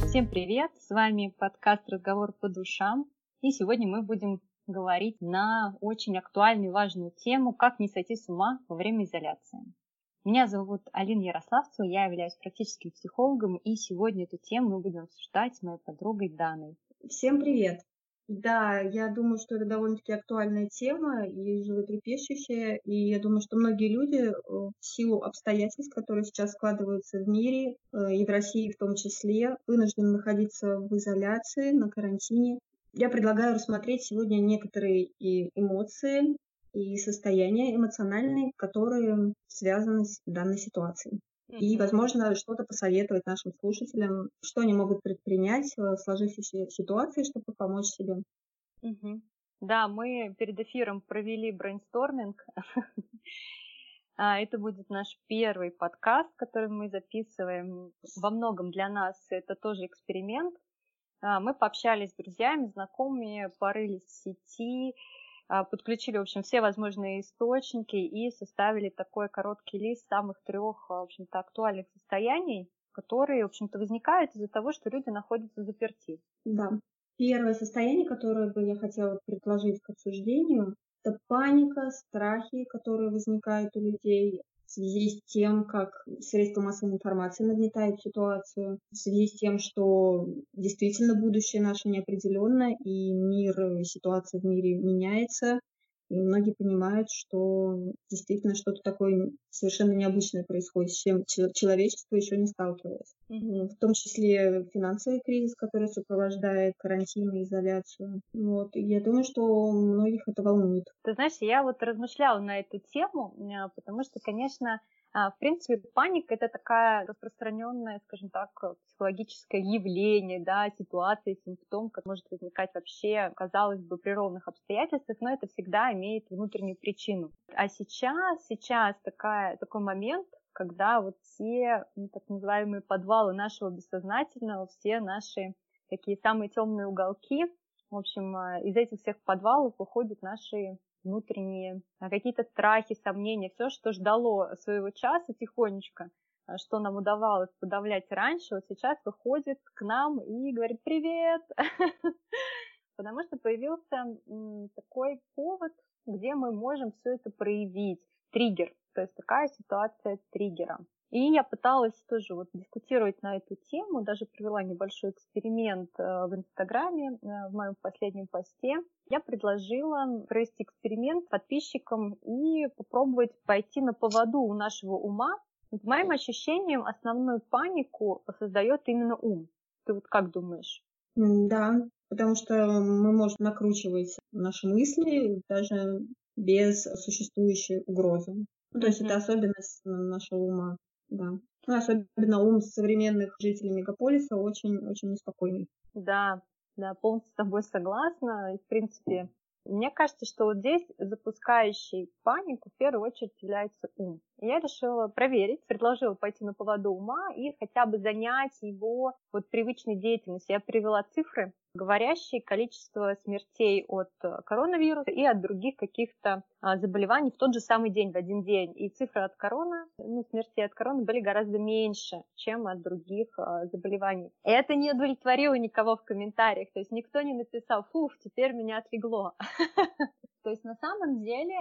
Всем привет! С вами подкаст «Разговор по душам». И сегодня мы будем говорить на очень актуальную и важную тему «Как не сойти с ума во время изоляции». Меня зовут Алина Ярославцева, я являюсь практическим психологом, и сегодня эту тему мы будем обсуждать с моей подругой Даной. Всем привет! Да, я думаю, что это довольно-таки актуальная тема и животрепещущая, и я думаю, что многие люди в силу обстоятельств, которые сейчас складываются в мире, и в России в том числе, вынуждены находиться в изоляции, на карантине. Я предлагаю рассмотреть сегодня некоторые и эмоции, и состояния эмоциональные, которые связаны с данной ситуацией. И, возможно, что-то посоветовать нашим слушателям, что они могут предпринять в сложившейся ситуации, чтобы помочь себе. Да, мы перед эфиром провели брейнсторминг. Это будет наш первый подкаст, который мы записываем. Во многом для нас это тоже эксперимент. Мы пообщались с друзьями, знакомыми, порылись в сети, подключили, в общем, все возможные источники и составили такой короткий лист самых 3, в общем-то, актуальных состояний, которые, в общем-то, возникают из-за того, что люди находятся заперти. Да. Первое состояние, которое бы я хотела предложить к обсуждению, это паника, страхи, которые возникают у людей в связи с тем, как средства массовой информации нагнетают ситуацию, в связи с тем, что действительно будущее наше неопределенно, и мир, ситуация в мире меняется, и многие понимают, что действительно что-то такое совершенно необычное происходит, с чем человечество еще не сталкивалось. В том числе финансовый кризис, который сопровождает карантин и изоляцию. И я думаю, что многих это волнует. Ты знаешь, я размышляла на эту тему, потому что, конечно, в принципе, паника – это такая распространенная, скажем так, психологическое явление, да, ситуация, симптом, который может возникать вообще, казалось бы, при ровных обстоятельствах, но это всегда имеет внутреннюю причину. А сейчас такой момент, когда все так называемые подвалы нашего бессознательного, все наши такие самые темные уголки, в общем, из этих всех подвалов выходят наши внутренние какие-то страхи, сомнения, все, что ждало своего часа тихонечко, что нам удавалось подавлять раньше, вот сейчас выходит к нам и говорит «Привет!», потому что появился такой повод, где мы можем все это проявить, триггер, то есть такая ситуация триггера. И я пыталась тоже дискутировать на эту тему, даже провела небольшой эксперимент в Инстаграме, в моем последнем посте. Я предложила провести эксперимент подписчикам и попробовать пойти на поводу у нашего ума. По моим ощущениям, основную панику создает именно ум. Ты как думаешь? Да, потому что мы можем накручивать наши мысли даже без существующей угрозы. То есть это особенность нашего ума, да. Особенно ум современных жителей мегаполиса очень неспокойный. Да, полностью с тобой согласна. И, в принципе, мне кажется, что здесь запускающий панику в первую очередь является ум. И я решила проверить, предложила пойти на поводу ума и хотя бы занять его привычной деятельностью. Я привела цифры, говорящие количество смертей от коронавируса и от других каких-то заболеваний в тот же самый день, в один день. И цифры от смертей от короны были гораздо меньше, чем от других заболеваний. И это не удовлетворило никого в комментариях. То есть никто не написал «фуф, теперь меня отлегло». То есть на самом деле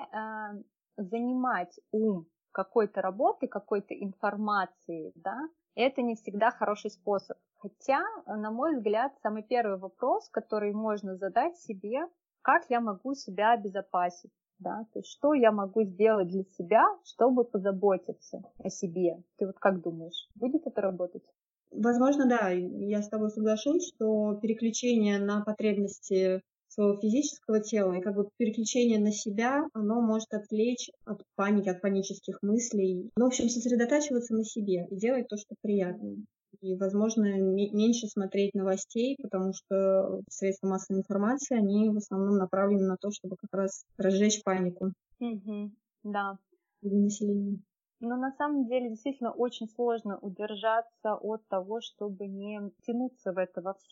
занимать ум какой-то работой, какой-то информацией, да, это не всегда хороший способ. Хотя, на мой взгляд, самый первый вопрос, который можно задать себе, как я могу себя обезопасить, да, то есть что я могу сделать для себя, чтобы позаботиться о себе. Ты как думаешь, будет это работать? Возможно, да, я с тобой соглашусь, что переключение на потребности своего физического тела и переключение на себя, оно может отвлечь от паники, от панических мыслей. В общем, сосредотачиваться на себе и делать то, что приятно. И, возможно, меньше смотреть новостей, потому что средства массовой информации, они в основном направлены на то, чтобы как раз разжечь панику. Да. Среди населения. Но на самом деле действительно очень сложно удержаться от того, чтобы не тянуться в это во все.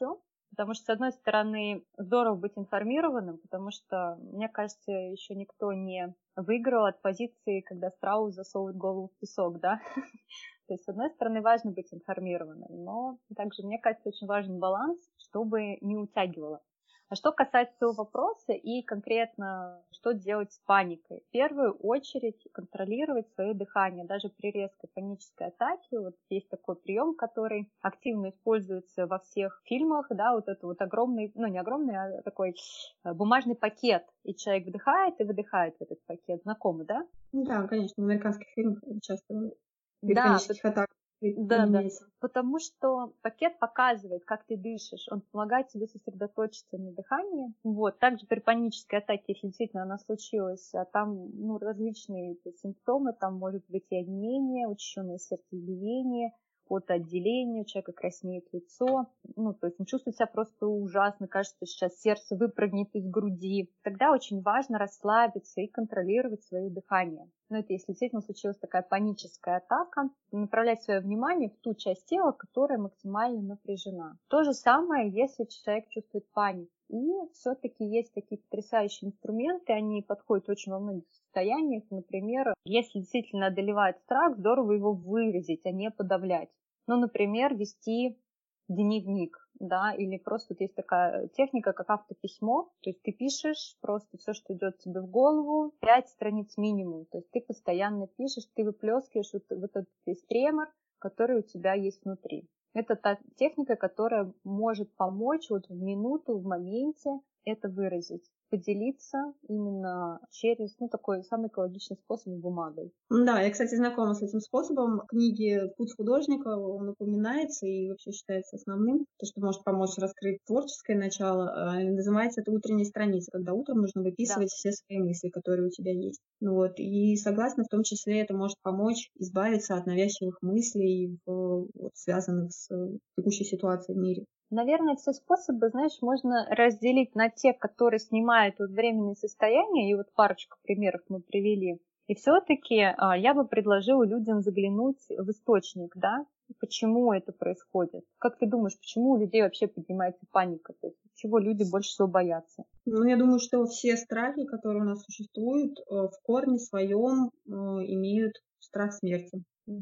Потому что, с одной стороны, здорово быть информированным, потому что, мне кажется, еще никто не выиграл от позиции, когда страус засовывает голову в песок, да. То есть, с одной стороны, важно быть информированным, но также, мне кажется, очень важен баланс, чтобы не утягивало. А что касается этого вопроса и конкретно, что делать с паникой? В первую очередь контролировать свое дыхание. Даже при резкой панической атаке вот есть такой прием, который активно используется во всех фильмах, да, вот это вот огромный, ну не огромный, а такой бумажный пакет, и человек вдыхает и выдыхает в этот пакет. Знакомый, да? Да, конечно, в американских фильмах это часто при Да, панических атаках да, применяется. потому что пакет показывает, как ты дышишь, он помогает тебе сосредоточиться на дыхании. Вот, также при панической атаке, если действительно она случилась, там ну, различные симптомы, там может быть и онемение, учащенное сердцебиение, потоотделение, у человека краснеет лицо, ну, то есть он чувствует себя просто ужасно, кажется, сейчас сердце выпрыгнет из груди. Тогда очень важно расслабиться и контролировать свое дыхание. Но это если действительно случилась такая паническая атака, направлять свое внимание в ту часть тела, которая максимально напряжена. То же самое, если человек чувствует панику. И все-таки есть такие потрясающие инструменты, они подходят очень во многих состояниях. Например, если действительно одолевает страх, здорово его выразить, а не подавлять. Ну, например, вести дневник, да, или просто вот есть такая техника, как автописьмо, то есть ты пишешь просто все, что идет тебе в голову, 5 страниц минимум, то есть ты постоянно пишешь, ты выплескиваешь вот этот весь тремор, который у тебя есть внутри. Это та техника, которая может помочь вот в минуту, в моменте это выразить, поделиться именно через, ну, такой самый экологичный способ бумагой. Да, я, кстати, знакома с этим способом. В книге «Путь художника» он упоминается и вообще считается основным. То, что может помочь раскрыть творческое начало. Называется это «Утренняя страница», когда утром нужно Да. выписывать все свои мысли, которые у тебя есть. Вот. И согласна, в том числе это может помочь избавиться от навязчивых мыслей, вот, связанных с текущей ситуацией в мире. Наверное, все способы, знаешь, можно разделить на те, которые снимают вот временные состояния, и вот парочку примеров мы привели. И все-таки я бы предложила людям заглянуть в источник, да, почему это происходит. Как ты думаешь, почему у людей вообще поднимается паника? То есть, чего люди больше всего боятся? Ну, я думаю, что все страхи, которые у нас существуют, в корне своем имеют страх смерти.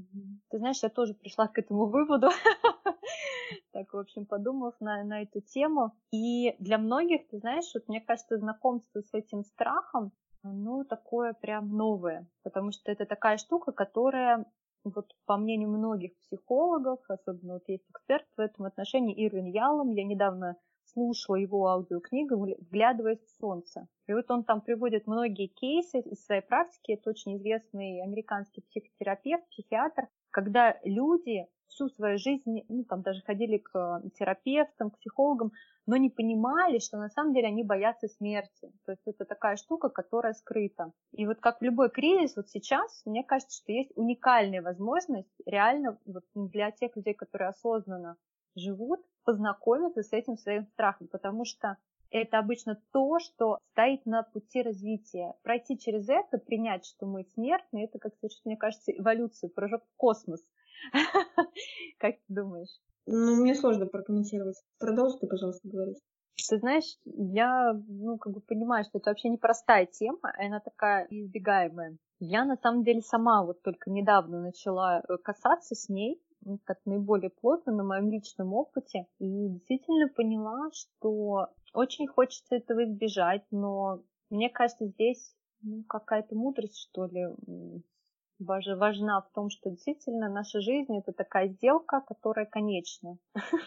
Ты знаешь, я тоже пришла к этому выводу, так, в общем, подумав на эту тему. И для многих, ты знаешь, вот мне кажется, знакомство с этим страхом, ну, такое прям новое, потому что это такая штука, которая, вот по мнению многих психологов, особенно вот есть эксперт в этом отношении, Ирвин Ялом, я недавно слушала его аудиокнигу «Вглядываясь в солнце». И вот он там приводит многие кейсы из своей практики. Это очень известный американский психотерапевт, психиатр, когда люди всю свою жизнь, ну, там даже ходили к терапевтам, к психологам, но не понимали, что на самом деле они боятся смерти. То есть это такая штука, которая скрыта. И вот как в любой кризис, вот сейчас, мне кажется, что есть уникальная возможность реально вот для тех людей, которые осознанно живут, познакомиться с этим своим страхом, потому что это обычно то, что стоит на пути развития. Пройти через это, принять, что мы смертны, это, как совершить, мне кажется, эволюция, прыжок в космос. Как ты думаешь? Ну, мне сложно прокомментировать. Продолжи ты, пожалуйста, говорить. Ты знаешь, я, ну, как бы понимаю, что это вообще непростая тема, и она такая избегаемая. Я, на самом деле, сама вот только недавно начала касаться с ней, как наиболее плотно на моем личном опыте, и действительно поняла, что очень хочется этого избежать, но мне кажется, здесь какая-то мудрость, что ли, важна в том, что действительно наша жизнь — это такая сделка, которая конечна.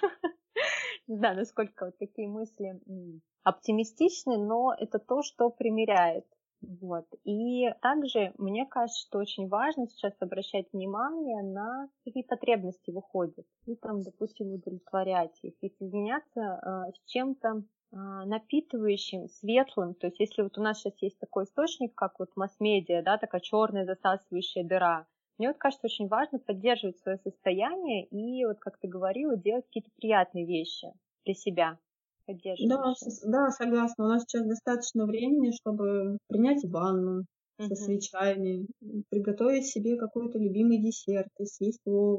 Не знаю, насколько вот такие мысли оптимистичны, но это то, что примиряет. Вот. И также мне кажется, что очень важно сейчас обращать внимание на какие потребности выходят. И там, допустим, удовлетворять их и соединяться с чем-то напитывающим, светлым. То есть если вот у нас сейчас есть такой источник, как вот масс-медиа, да, такая черная засасывающая дыра, мне вот кажется, очень важно поддерживать свое состояние и, вот как ты говорила, делать какие-то приятные вещи для себя, Да, поддерживающие. да, согласна. У нас сейчас достаточно времени, чтобы принять ванну со Мгм. свечами, приготовить себе какой-то любимый десерт и съесть его в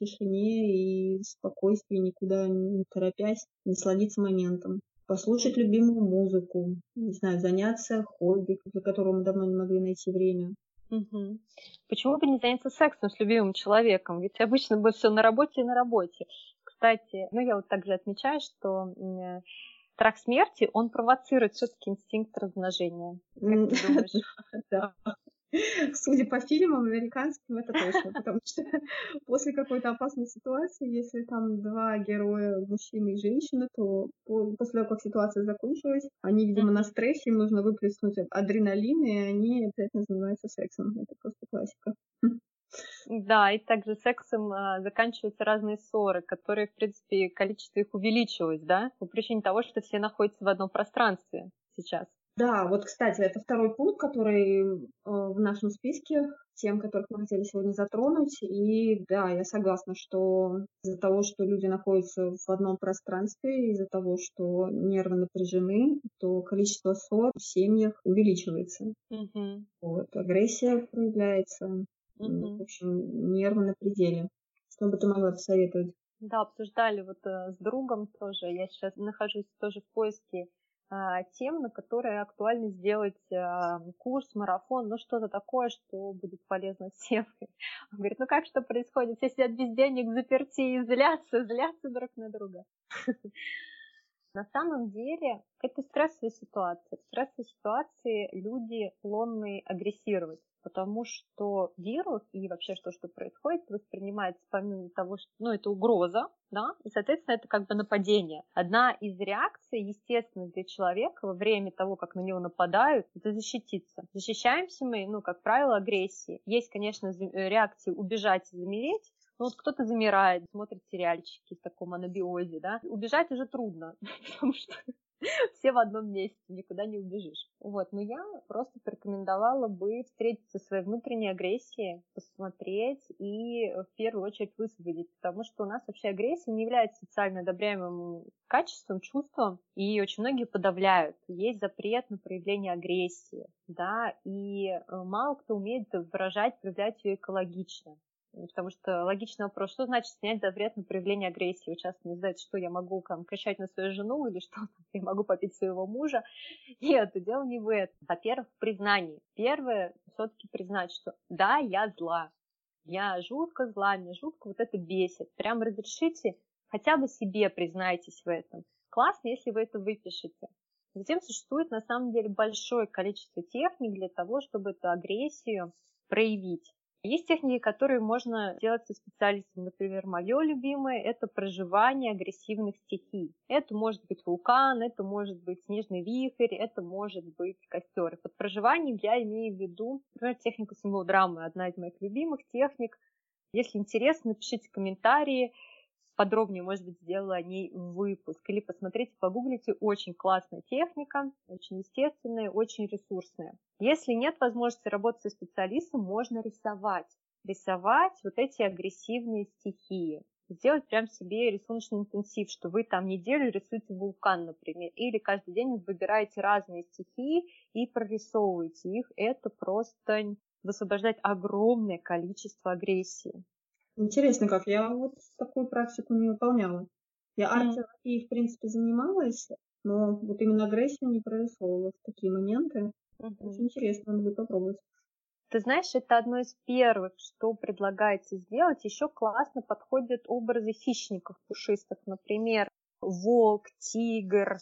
тишине и спокойствии, никуда не торопясь, насладиться моментом. Послушать любимую музыку, не знаю, заняться хобби, для которого мы давно не могли найти время. Мгм. Почему бы не заняться сексом с любимым человеком? Ведь обычно бы все на работе и на работе. Кстати, я вот также отмечаю, что страх смерти, он провоцирует все-таки инстинкт размножения. Как ты думаешь? Да. Судя по фильмам американским, это точно, потому что после какой-то опасной ситуации, если там два героя, мужчина и женщина, то после того, как ситуация закончилась, они, видимо, на стрессе, им нужно выплеснуть адреналин, и они обязательно занимаются сексом. Это просто классика. Да, и также сексом заканчиваются разные ссоры, которые, в принципе, количество их увеличилось, да, по причине того, что все находятся в одном пространстве сейчас. Да, вот, кстати, это второй пункт, который в нашем списке тем, которых мы хотели сегодня затронуть. И да, я согласна, что из-за того, что люди находятся в одном пространстве, из-за того, что нервы напряжены, то количество ссор в семьях увеличивается. Мгм. Вот, агрессия проявляется, в Мгм. общем, нервы на пределе. Что бы ты могла посоветовать? Да, обсуждали вот с другом тоже. Я сейчас нахожусь тоже в поиске тем, на которые актуально сделать курс, марафон, что-то такое, что будет полезно всем. Он говорит, как что происходит? Все сидят без денег, заперти и злятся друг на друга. На самом деле это стрессовая ситуация. В стрессовой ситуации люди склонны агрессировать, потому что вирус и вообще что происходит, воспринимается помимо того, что это угроза, да, и, соответственно, это как бы нападение. Одна из реакций, естественно, для человека во время того, как на него нападают, это защититься. Защищаемся мы, как правило, агрессией. Есть, конечно, реакции убежать и замереть. Кто-то замирает, смотрит сериальчики в таком анабиозе, да. Убежать уже трудно, потому что все в одном месте, никуда не убежишь. Но я просто порекомендовала бы встретиться со своей внутренней агрессией, посмотреть и в первую очередь высвободить, потому что у нас вообще агрессия не является социально одобряемым качеством, чувством, и очень многие подавляют. Есть запрет на проявление агрессии, да, и мало кто умеет проявлять ее экологично. Потому что логичный вопрос, что значит снять запрет на проявление агрессии? Вы часто мне задаете, что я могу кричать на свою жену или что я могу попить своего мужа. Нет, дело не в этом. Во-первых, в признании. Первое, все-таки признать, что да, я зла. Я жутко зла, меня жутко это бесит. Прям разрешите, хотя бы себе признайтесь в этом. Классно, если вы это выпишете. Затем существует на самом деле большое количество техник для того, чтобы эту агрессию проявить. Есть техники, которые можно делать со специалистом. Например, мое любимое – это проживание агрессивных стихий. Это может быть вулкан, это может быть снежный вихрь, это может быть костер. И под проживанием я имею в виду, например, технику символдрамы, одна из моих любимых техник. Если интересно, напишите комментарии. Подробнее, может быть, сделала о ней выпуск. Или посмотрите, погуглите. Очень классная техника, очень естественная, очень ресурсная. Если нет возможности работать со специалистом, можно рисовать. Рисовать эти агрессивные стихии. Сделать прям себе рисуночный интенсив, что вы там неделю рисуете вулкан, например. Или каждый день выбираете разные стихии и прорисовываете их. Это просто высвобождает огромное количество агрессии. Интересно как. Я такую практику не выполняла. Я арт-терапией, в принципе, занималась, но именно агрессию не прорисовывала в такие моменты. Очень интересно, надо будет попробовать. Ты знаешь, это одно из первых, что предлагается сделать. Еще классно подходят образы хищников пушистых. Например, волк, тигр,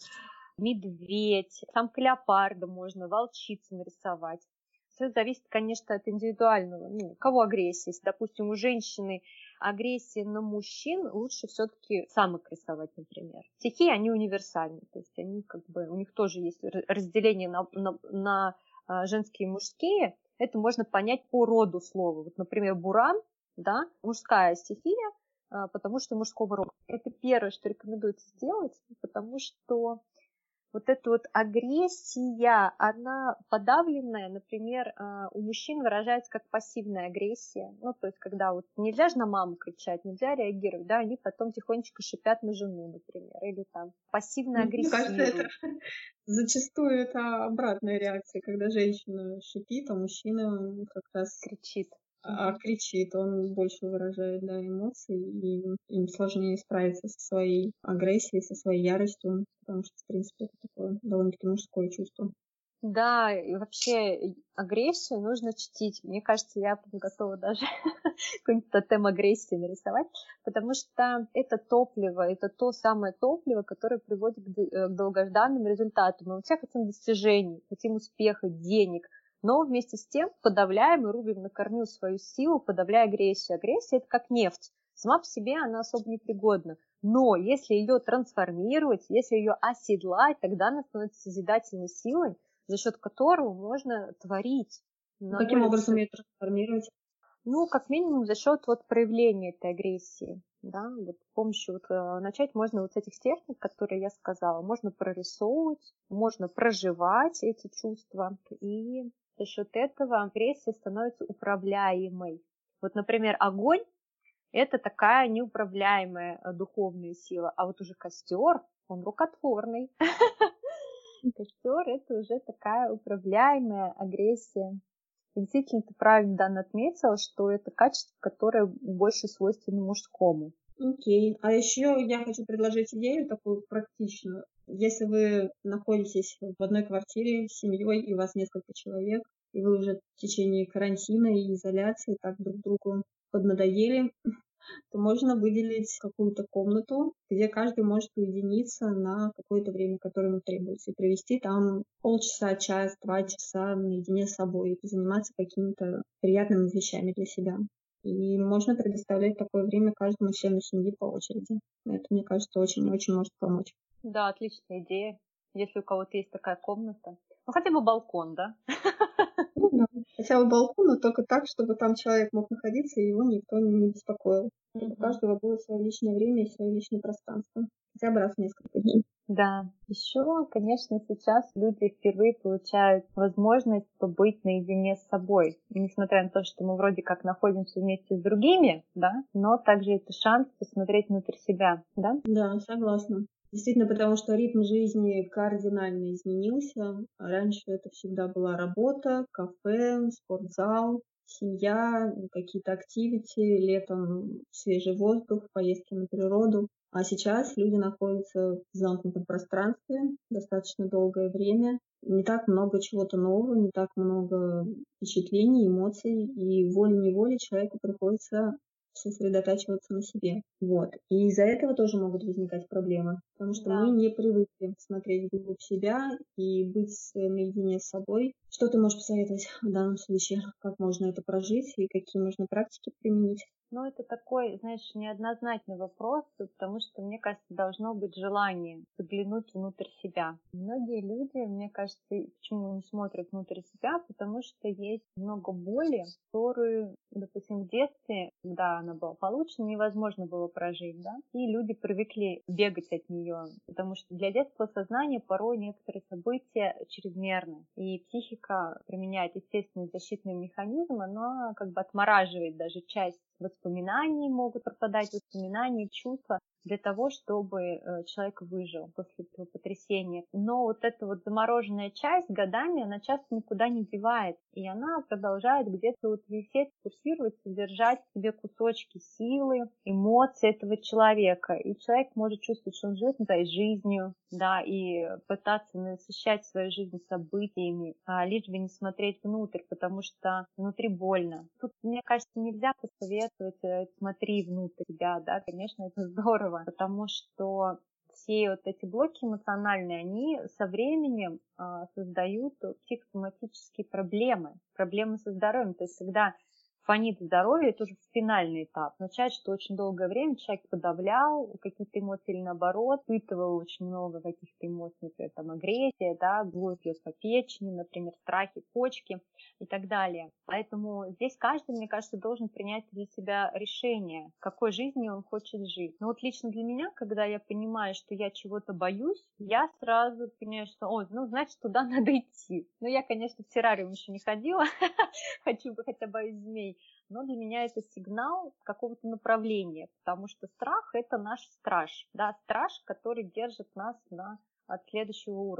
медведь, самка леопарда можно, волчицу нарисовать. Все зависит, конечно, от индивидуального. У кого агрессия? Если, допустим, у женщины агрессия на мужчин, лучше все-таки самок рисовать, например. Стихии, они универсальны. То есть они у них тоже есть разделение на женские и мужские. Это можно понять по роду слова. Например, буран, да, мужская стихия, потому что мужского рода. Это первое, что рекомендуется сделать, потому что эта агрессия, она подавленная, например, у мужчин выражается как пассивная агрессия. То есть, когда нельзя же на маму кричать, нельзя реагировать, да, они потом тихонечко шипят на жену, например, или там пассивно агрессируют. Мне кажется, зачастую это обратная реакция, когда женщина шипит, а мужчина как раз кричит. кричит, он больше выражает, да, эмоции, и им сложнее справиться со своей агрессией, со своей яростью, потому что, в принципе, это такое довольно-таки мужское чувство. Да, и вообще агрессию нужно чтить. Мне кажется, я готова даже какой-нибудь тотем агрессии нарисовать, потому что это топливо, это то самое топливо, которое приводит к долгожданным результатам. Мы все хотим достижений, хотим успеха, денег, но вместе с тем подавляем и рубим на корню свою силу, подавляя агрессию. Агрессия – это как нефть. Сама по себе она особо не пригодна. Но если ее трансформировать, если ее оседлать, тогда она становится созидательной силой, за счет которого можно творить на Каким более... образом ее трансформировать? Ну, как минимум за счет вот проявления этой агрессии, да, вот с помощью вот, начать можно вот с этих техник, которые я сказала, можно прорисовывать, можно проживать эти чувства, и за счет этого агрессия становится управляемой. Вот, например, огонь — это такая неуправляемая духовная сила, а вот уже костер, он рукотворный. Костер — это уже такая управляемая агрессия. И действительно, ты правильно, Дан, отметила, что это качество, которое больше свойственно мужскому. Окей. А еще я хочу предложить идею такую практичную. Если вы находитесь в одной квартире с семьей, и у вас несколько человек, и вы уже в течение карантина и изоляции так друг другу поднадоели, то можно выделить какую-то комнату, где каждый может уединиться на какое-то время, которое ему требуется, и провести там полчаса, час, 2 часа наедине с собой, и заниматься какими-то приятными вещами для себя. И можно предоставлять такое время каждому члену семьи по очереди. Это, мне кажется, очень-очень может помочь. Да, отличная идея. Если у кого-то есть такая комната. Ну, хотя бы балкон, да? Ну да, хотя бы балкон, но только так, чтобы там человек мог находиться, и его никто не беспокоил. Чтобы у каждого было свое личное время и свое личное пространство. Хотя бы раз в несколько дней. Да, еще, конечно, сейчас люди впервые получают возможность побыть наедине с собой. И несмотря на то, что мы вроде как находимся вместе с другими, да, но также это шанс посмотреть внутрь себя, да? Да, согласна. Действительно, потому что ритм жизни кардинально изменился. Раньше это всегда была работа, кафе, спортзал, семья, какие-то активити, летом свежий воздух, поездки на природу. А сейчас люди находятся в замкнутом пространстве достаточно долгое время. Не так много чего-то нового, не так много впечатлений, эмоций, и волей-неволей человеку приходится сосредотачиваться на себе. Вот. И из-за этого тоже могут возникать проблемы, потому что мы Да. не привыкли смотреть вглубь себя и быть наедине с собой. Что ты можешь посоветовать в данном случае? Как можно это прожить и какие можно практики применить? Ну, это такой, знаешь, неоднозначный вопрос, потому что, мне кажется, должно быть желание заглянуть внутрь себя. Многие люди, мне кажется, почему не смотрят внутрь себя, потому что есть много боли, которую, допустим, в детстве, когда она была получена, невозможно было прожить, да, и люди привыкли бегать от нее, потому что для детского сознания порой некоторые события чрезмерны, и психика применяет естественный защитный механизм, она как бы отмораживает даже часть воспоминаний, могут пропадать воспоминания, чувства для того, чтобы человек выжил после этого потрясения. Но вот эта вот замороженная часть годами, она часто никуда не девается, и она продолжает где-то вот висеть, курсировать, содержать в себе кусочки силы, эмоций этого человека. И человек может чувствовать, что он живет своей жизнью, да, и пытаться насыщать свою жизнь событиями, лишь бы не смотреть внутрь, потому что внутри больно. Тут, мне кажется, нельзя посоветовать смотри внутрь себя, да, конечно, это здорово, потому что все вот эти блоки эмоциональные, они со временем создают психосоматические проблемы, проблемы со здоровьем. То есть, когда фонит здоровье, это уже финальный этап. Означает, что очень долгое время человек подавлял какие-то эмоции или наоборот, испытывал очень много каких-то эмоций, например, там агрессия, да, гложь идет по печени, например, страхи, почки и так далее. Поэтому здесь каждый, мне кажется, должен принять для себя решение, какой жизнью он хочет жить. Но вот лично для меня, когда я понимаю, что я чего-то боюсь, я сразу понимаю, что, ну, значит, туда надо идти. Ну, я, конечно, в террариум еще не ходила, хочу бы, хотя боюсь змей, но для меня это сигнал какого-то направления, потому что страх — это наш страж, да, страж, который держит нас от следующего уровня.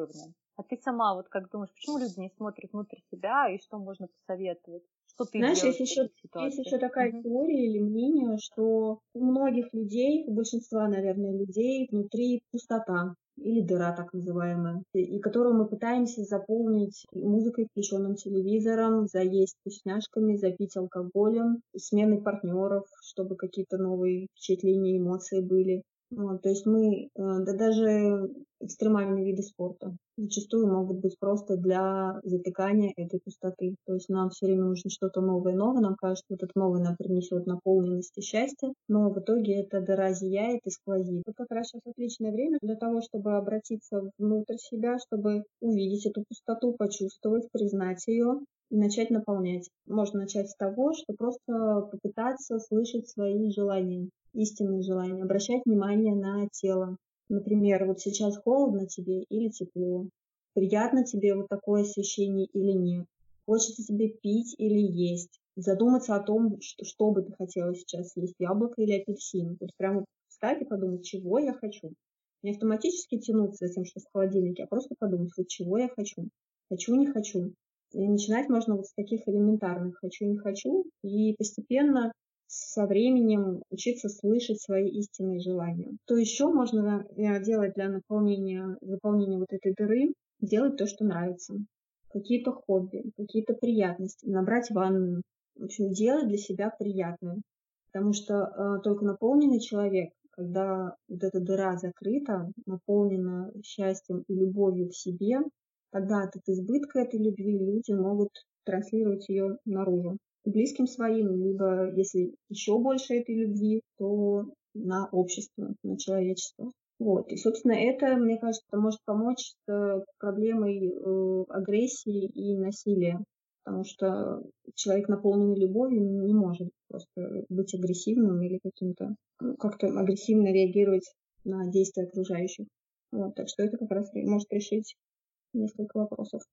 А ты сама вот как думаешь, почему люди не смотрят внутрь себя и что можно посоветовать? Что ты Знаешь, делаешь в таких есть ситуациях? еще такая теория или мнение, что у многих людей, у большинства, наверное, людей внутри пустота или дыра так называемая, и которую мы пытаемся заполнить музыкой, включенным телевизором, заесть вкусняшками, запить алкоголем, сменой партнеров, чтобы какие-то новые впечатления, эмоции были. Вот, то есть да даже экстремальные виды спорта зачастую могут быть просто для затыкания этой пустоты. То есть нам все время нужно что-то новое, новое. Нам кажется, вот это новое нам принесет наполненность и счастье, но в итоге эта дыра зияет и сквозит. Вот как раз сейчас отличное время для того, чтобы обратиться внутрь себя, чтобы увидеть эту пустоту, почувствовать, признать ее и начать наполнять. Можно начать с того, что просто попытаться слышать свои желания, истинные желания, обращать внимание на тело. Например, вот сейчас холодно тебе или тепло, приятно тебе вот такое ощущение или нет, хочется тебе пить или есть, задуматься о том, что бы ты хотела сейчас есть, яблоко или апельсин. Вот прямо встать и подумать, чего я хочу. Не автоматически тянуться за тем, что в холодильнике, а просто подумать, вот чего я хочу. Хочу, не хочу. И начинать можно вот с таких элементарных «хочу, не хочу», и постепенно со временем учиться слышать свои истинные желания. То еще можно делать для заполнения вот этой дыры, делать то, что нравится. Какие-то хобби, какие-то приятности, набрать ванную. В общем, делать для себя приятное. Потому что только наполненный человек, когда вот эта дыра закрыта, наполнена счастьем и любовью к себе, тогда от избытка этой любви люди могут транслировать ее наружу близким своим, либо, если еще больше этой любви, то на общество, на человечество. Вот. И, собственно, это, мне кажется, может помочь с проблемой агрессии и насилия, потому что человек, наполненный любовью, не может просто быть агрессивным или как-то агрессивно реагировать на действия окружающих. Вот. Так что это как раз может решить несколько вопросов.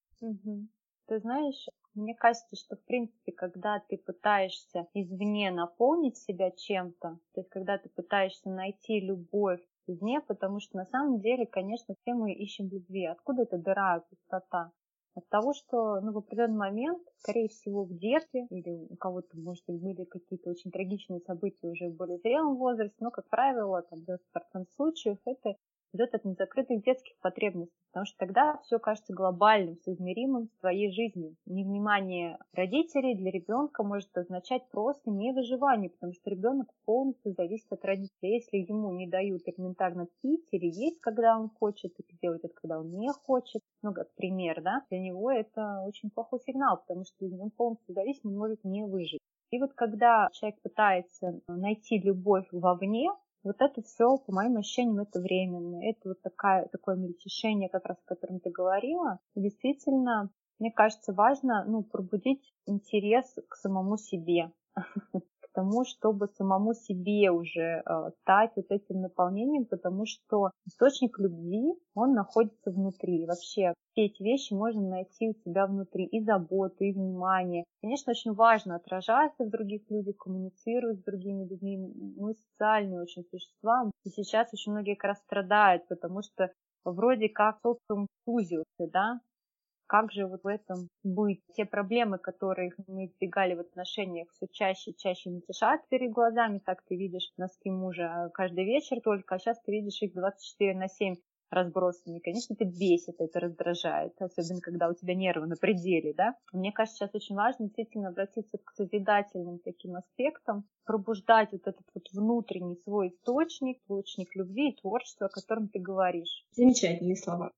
Мгм. Ты знаешь, мне кажется, что в принципе, когда ты пытаешься извне наполнить себя чем-то, то есть когда ты пытаешься найти любовь извне, потому что на самом деле, конечно, все мы ищем любви. Откуда эта дыра, пустота? От того, что в определенный момент, скорее всего, в детстве, или у кого-то, может быть, были какие-то очень трагичные события уже в более зрелом возрасте, но, как правило, там 90% случаев это идет от незакрытых детских потребностей, потому что тогда все кажется глобальным, соизмеримым с твоей жизнью. Невнимание родителей для ребенка может означать просто невыживание, потому что ребенок полностью зависит от родителей. Если ему не дают элементарно пить или есть, когда он хочет, или делать это, когда он не хочет, как пример, да, для него это очень плохой сигнал, потому что он полностью зависим, он может не выжить. И вот когда человек пытается найти любовь вовне, вот это все, по моим ощущениям, это временно. Это вот такое мельтешение, как раз о котором ты говорила. И действительно, мне кажется, важно пробудить интерес к самому себе, к тому, чтобы самому себе уже стать вот этим наполнением, потому что источник любви, он находится внутри. И вообще все эти вещи можно найти у себя внутри. И заботу, и внимание. Конечно, очень важно отражаться в других людях, коммуницировать с другими людьми. Мы социальные очень существа. И сейчас очень многие как раз страдают, потому что вроде как социум сузился, да, как же вот в этом быть? Те проблемы, которые мы избегали в отношениях, все чаще и чаще мельтешат перед глазами. Так ты видишь носки мужа каждый вечер только, а сейчас ты видишь их 24/7 разбросанные. Конечно, это бесит, это раздражает, особенно когда у тебя нервы на пределе, да. Мне кажется, сейчас очень важно действительно обратиться к созидательным таким аспектам, пробуждать вот этот вот внутренний свой источник любви и творчества, о котором ты говоришь. Замечательные слова.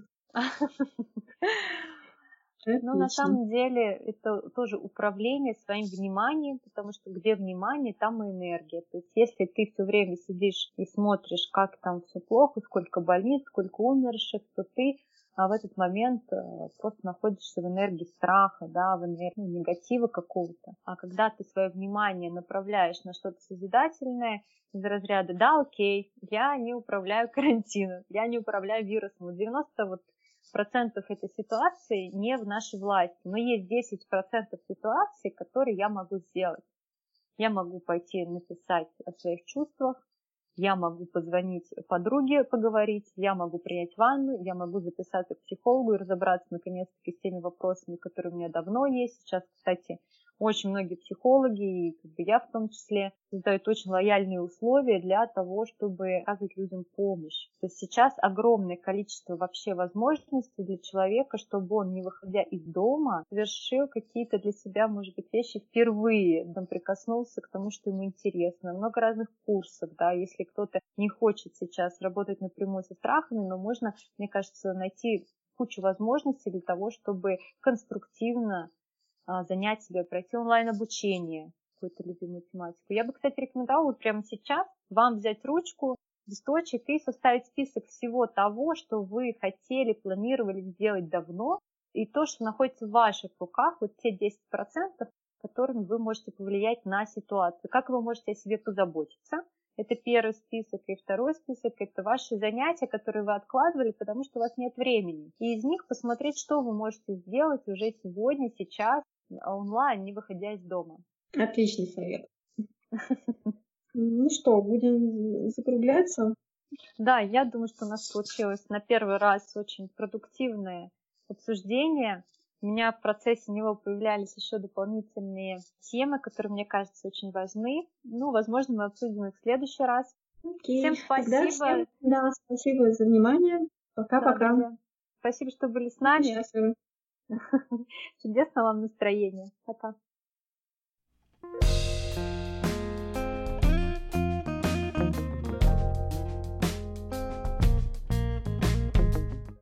Но на Отлично. самом деле это тоже управление своим вниманием, потому что где внимание, там и энергия. То есть если ты все время сидишь и смотришь, как там все плохо, сколько больниц, сколько умерших, то ты в этот момент просто находишься в энергии страха, да, в энергии негатива какого-то. А когда ты свое внимание направляешь на что-то созидательное, из разряда, да, окей, я не управляю карантином, я не управляю вирусом. 90% этой ситуации не в нашей власти, но есть 10% ситуаций, которые я могу сделать. Я могу пойти написать о своих чувствах, Я могу позвонить подруге, поговорить, я могу принять ванну, я могу записаться к психологу и разобраться наконец-таки с теми вопросами, которые у меня давно есть. Сейчас, кстати, очень многие психологи, и я в том числе, создают очень лояльные условия для того, чтобы оказывать людям помощь. То есть сейчас огромное количество вообще возможностей для человека, чтобы он, не выходя из дома, совершил какие-то для себя, может быть, вещи впервые, там, прикоснулся к тому, что ему интересно. Много разных курсов, да, если кто-то не хочет сейчас работать напрямую со страхами, но можно, мне кажется, найти кучу возможностей для того, чтобы конструктивно занять себя, пройти онлайн-обучение, какую-то любимую тематику. Я бы, кстати, рекомендовала вот прямо сейчас вам взять ручку, листочек и составить список всего того, что вы хотели, планировали сделать давно, и то, что находится в ваших руках, вот те 10%, которыми вы можете повлиять на ситуацию. Как вы можете о себе позаботиться? Это первый список. И второй список – это ваши занятия, которые вы откладывали, потому что у вас нет времени. И из них посмотреть, что вы можете сделать уже сегодня, сейчас, онлайн, не выходя из дома. Отличный совет. Ну что, будем закругляться? Да, я думаю, что у нас получилось на первый раз очень продуктивное обсуждение. У меня в процессе него появлялись еще дополнительные темы, которые, мне кажется, очень важны. Ну, возможно, мы обсудим их в следующий раз. Окей. Всем спасибо. Тогда всем, спасибо за внимание. Пока-пока. Да, спасибо, что были с нами. Счастливы. Чудесного вам настроения. Пока.